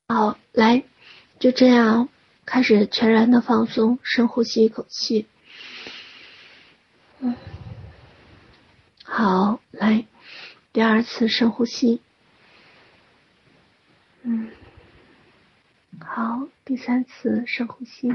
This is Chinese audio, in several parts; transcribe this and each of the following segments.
好，来，就这样开始全然的放松，深呼吸一口气。好，来，第二次深呼吸。好，第三次深呼吸。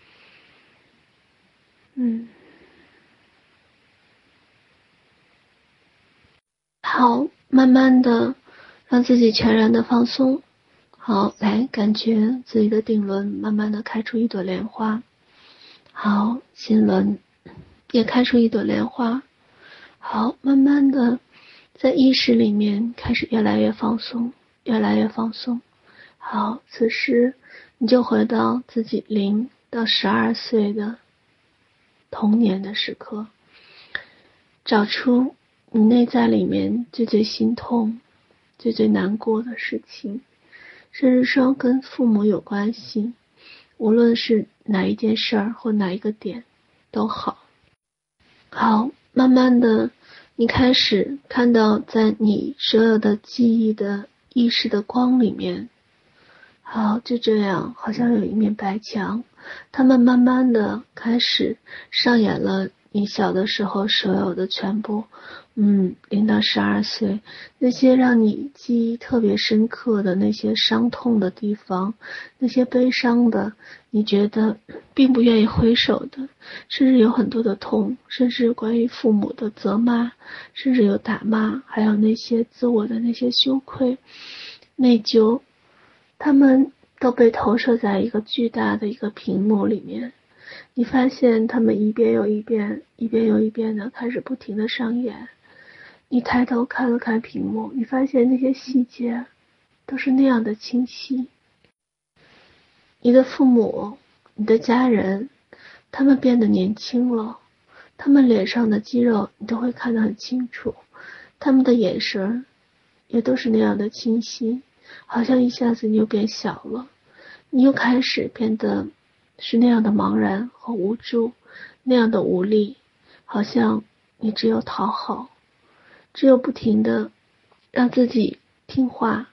好，慢慢的让自己全然的放松。好，来，感觉自己的顶轮慢慢的开出一朵莲花。好，心轮也开出一朵莲花。好，慢慢的在意识里面开始越来越放松，越来越放松。好，此时你就回到自己0到12岁的童年的时刻，找出你内在里面最心痛、最难过的事情，甚至说跟父母有关系，无论是哪一件事儿或哪一个点都好。好，慢慢的你开始看到在你所有的记忆的意识的光里面，好，就这样，好像有一面白墙，他们慢慢的开始上演了你小的时候所有的全部，0到12岁那些让你记忆特别深刻的那些伤痛的地方，那些悲伤的，你觉得并不愿意挥手的，甚至有很多的痛，甚至关于父母的责骂，甚至有打骂，还有那些自我的那些羞愧、内疚，他们都被投射在一个巨大的一个屏幕里面。你发现他们一遍又一遍的开始不停的上演。你抬头看了看屏幕，你发现那些细节都是那样的清晰。你的父母，你的家人，他们变得年轻了，他们脸上的肌肉你都会看得很清楚，他们的眼神也都是那样的清晰，好像一下子你又变小了，你又开始变得是那样的茫然和无助，那样的无力，好像你只有讨好，只有不停的让自己听话，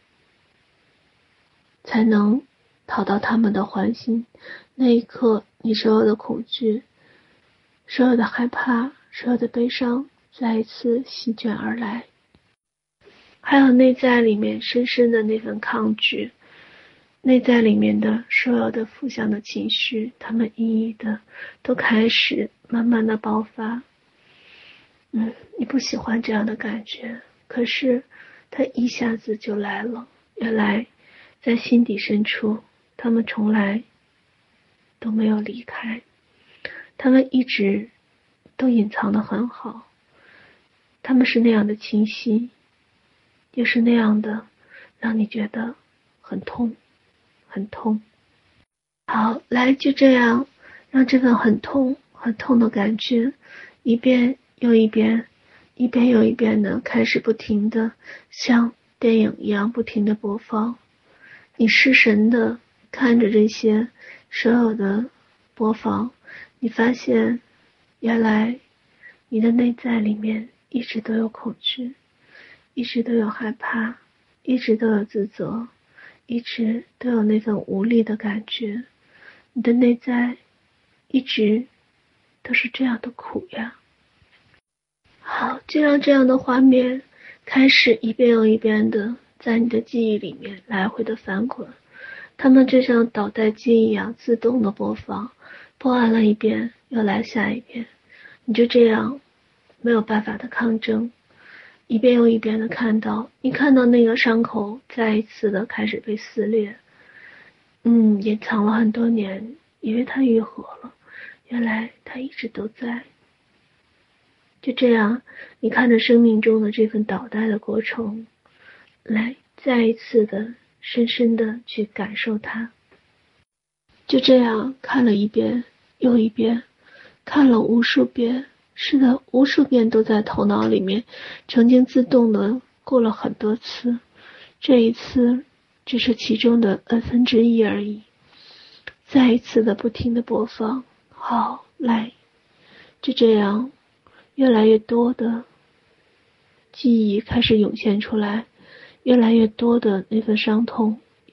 才能讨到他们的欢心。那一刻，你所有的恐惧，所有的害怕，所有的悲伤再一次席卷而来，还有内在里面深深的那份抗拒，内在里面的所有的负向的情绪，他们一一的都开始慢慢的爆发。你不喜欢这样的感觉，可是它一下子就来了。原来在心底深处，他们从来都没有离开，他们一直都隐藏得很好，他们是那样的清晰，也是那样的让你觉得很痛很痛。好，来，就这样让这份很痛很痛的感觉一遍又一遍的开始不停的像电影一样不停的播放。你失神的看着这些所有的播放，你发现原来你的内在里面一直都有恐惧，一直都有害怕，一直都有自责，一直都有那份无力的感觉。你的内在一直都是这样的苦呀。好，就让这样的画面开始一遍又一遍的在你的记忆里面来回的翻滚，它们就像导带机一样自动的播放，播完了一遍又来下一遍，你就这样没有办法的抗争，一遍又一遍的看到那个伤口再一次的开始被撕裂。隐藏了很多年，以为它愈合了，原来它一直都在。就这样，你看着生命中的这份倒带的过程，来再一次的深深的去感受它。就这样看了一遍又一遍，看了无数遍，是的，无数遍都在头脑里面曾经自动的过了很多次，这一次只是其中的1/2而已。再一次的不停的播放。好，来，就这样越来越多的记忆开始涌现出来，越来越多的那份伤痛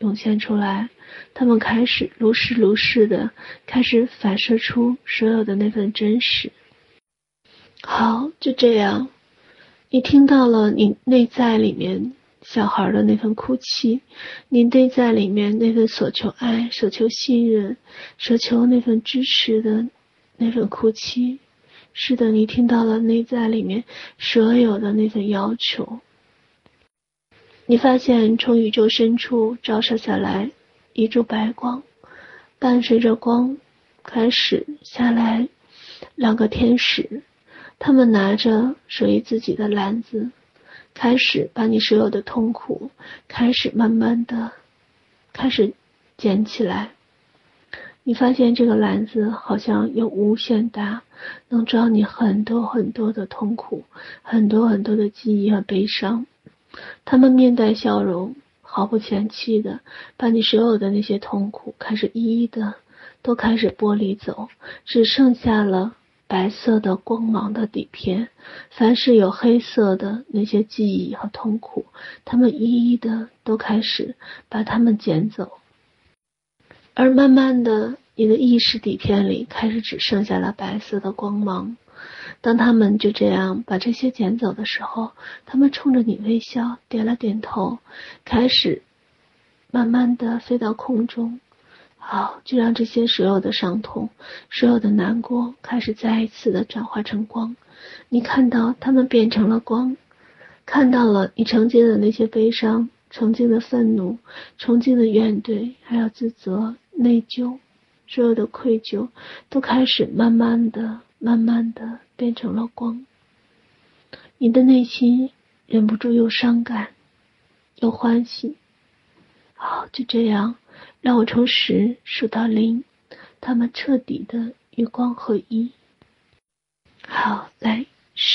涌现出来，它们开始如是的开始反射出所有的那份真实。好，就这样，你听到了你内在里面小孩的那份哭泣，你内在里面那份所求爱、所求信任、所求那份支持的那份哭泣。是的，你听到了内在里面所有的那份要求。你发现从宇宙深处照射下来一束白光，伴随着光开始下来两个天使，他们拿着属于自己的篮子，开始把你所有的痛苦开始慢慢的开始捡起来。你发现这个篮子好像有无限大，能装你很多很多的痛苦，很多很多的记忆和悲伤。他们面带笑容，毫不嫌弃的把你所有的那些痛苦开始一一的都开始剥离走，只剩下了白色的光芒的底片。凡是有黑色的那些记忆和痛苦，他们一一的都开始把它们捡走。而慢慢的，你的意识底片里开始只剩下了白色的光芒。当他们就这样把这些捡走的时候，他们冲着你微笑，点了点头，开始慢慢的飞到空中。好，就让这些所有的伤痛，所有的难过开始再一次的转化成光。你看到他们变成了光，看到了你曾经的那些悲伤，曾经的愤怒，曾经的怨怼，还有自责、内疚，所有的愧疚都开始慢慢的变成了光。你的内心忍不住又伤感又欢喜。好，就这样，让我从10数到0，他们彻底的与光合一。好，来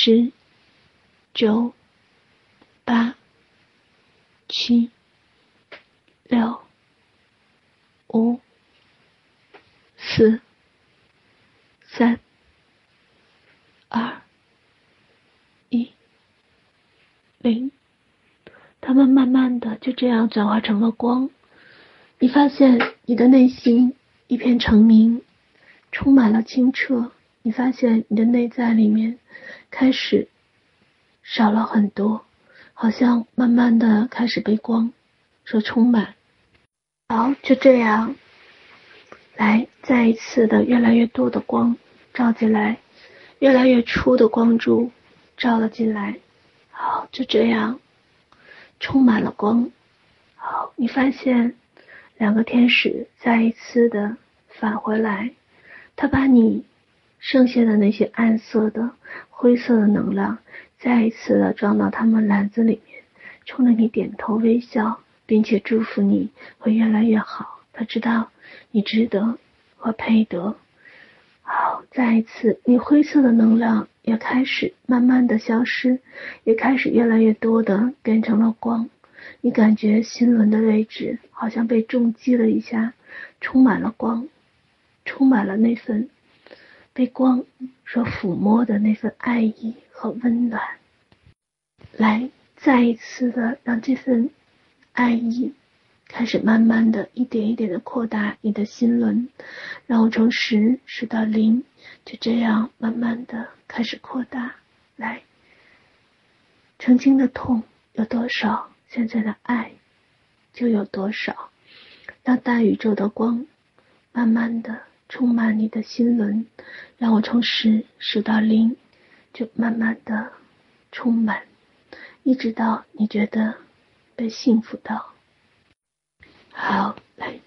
，10、9、8、7、6、5、4、3、2、1、0。它们慢慢的就这样转化成了光。你发现你的内心一片澄明，充满了清澈。你发现你的内在里面开始少了很多，好像慢慢的开始被光所充满。好，就这样，来，再一次的越来越多的光照进来，越来越粗的光柱照了进来。好，就这样充满了光。好，你发现2个天使再一次的返回来，他把你剩下的那些暗色的灰色的能量再一次的装到他们篮子里面，冲着你点头微笑，并且祝福你会越来越好。他知道你值得和配得。好，再一次，你灰色的能量也开始慢慢的消失，也开始越来越多的变成了光。你感觉心轮的位置好像被重击了一下，充满了光，充满了那份被光所抚摸的那份爱意和温暖。来，再一次的让这份爱意开始慢慢的一点一点的扩大你的心轮，让我从10数到0，就这样慢慢的开始扩大。来，曾经的痛有多少，现在的爱就有多少。让大宇宙的光慢慢的充满你的心轮，让我从10数到0，就慢慢的充满，一直到你觉得被幸福到。好，来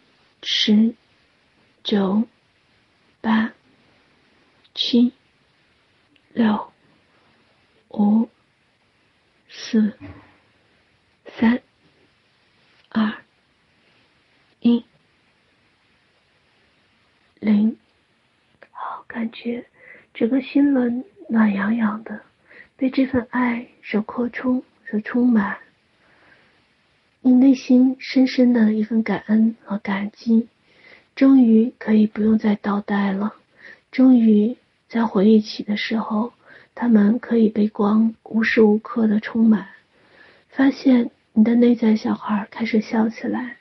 ，10、9、8、7、6、5、4、3、2、1、0。好，感觉整个心轮暖洋洋的，被这份爱所扩充，所充满。你内心深深的一份感恩和感激，终于可以不用再倒带了，终于在回忆起的时候，他们可以被光无时无刻的充满。发现你的内在小孩开始笑起来，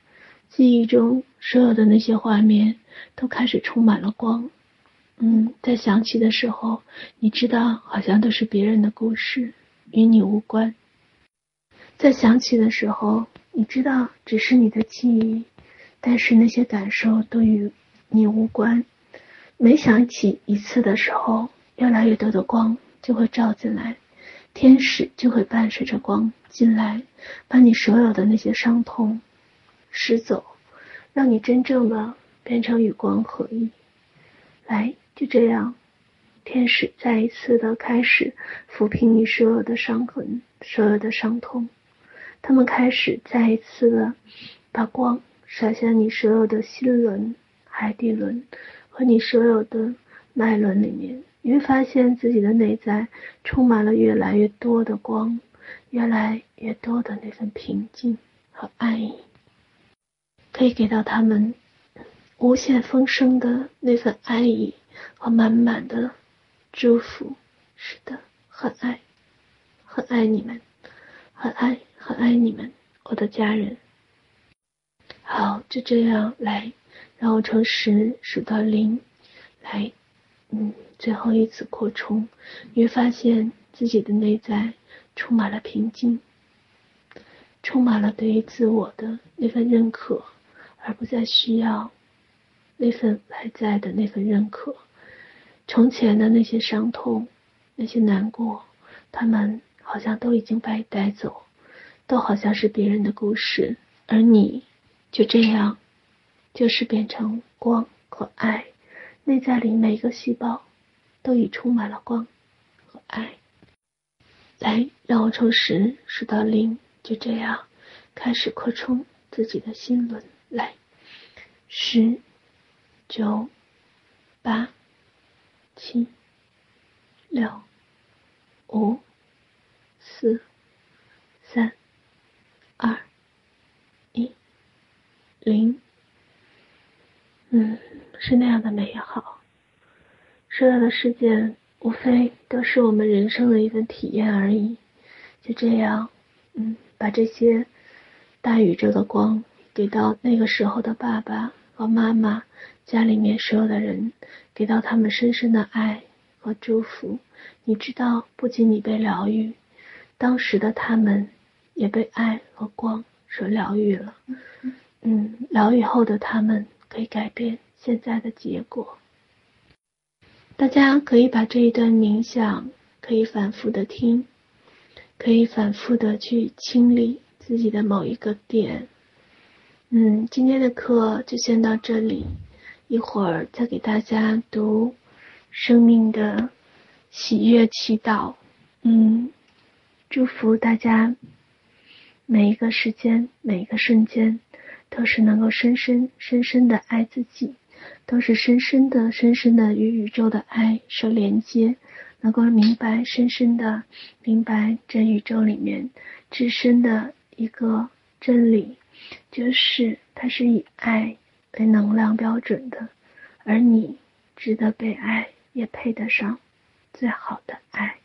记忆中所有的那些画面都开始充满了光。在想起的时候，你知道好像都是别人的故事，与你无关。在想起的时候，你知道只是你的记忆，但是那些感受都与你无关。每想起一次的时候，越来越多的光就会照进来，天使就会伴随着光进来，把你所有的那些伤痛拾走，让你真正的变成与光合一。来，就这样，天使再一次的开始抚平你所有的伤痕，所有的伤痛。他们开始再一次的把光洒向你所有的心轮、海底轮和你所有的脉轮里面。你会发现自己的内在充满了越来越多的光，越来越多的那份平静和爱意，可以给到他们无限丰盛的那份爱意和满满的祝福。是的，很爱，很爱你们，很爱，很爱你们，我的家人。好，就这样来，让我从10数到0，来，最后一次扩充，你会发现自己的内在充满了平静，充满了对于自我的那份认可，而不再需要那份外在的那份认可。从前的那些伤痛，那些难过，他们好像都已经被带走，都好像是别人的故事，而你就这样就是变成光和爱，内在里每一个细胞都已充满了光和爱。来，让我从10数到0，就这样开始扩充自己的心轮。来，10、9、8、7、6、5、4、3、2、1、0。是那样的美好。所有的事件无非都是我们人生的一份体验而已。就这样，把这些大宇宙的光给到那个时候的爸爸和妈妈，家里面所有的人，给到他们深深的爱和祝福。你知道，不仅你被疗愈，当时的他们也被爱和光所疗愈了。疗愈后的他们可以改变现在的结果。大家可以把这一段冥想可以反复的听，可以反复的去清理自己的某一个点。今天的课就先到这里，一会儿再给大家读生命的喜悦祈祷。祝福大家每一个时间，每一个瞬间都是能够深深深深的爱自己，都是深深的深深的与宇宙的爱所连接，能够深深的明白这宇宙里面至深的一个真理，就是它是以爱为能量标准的，而你值得被爱，也配得上最好的爱。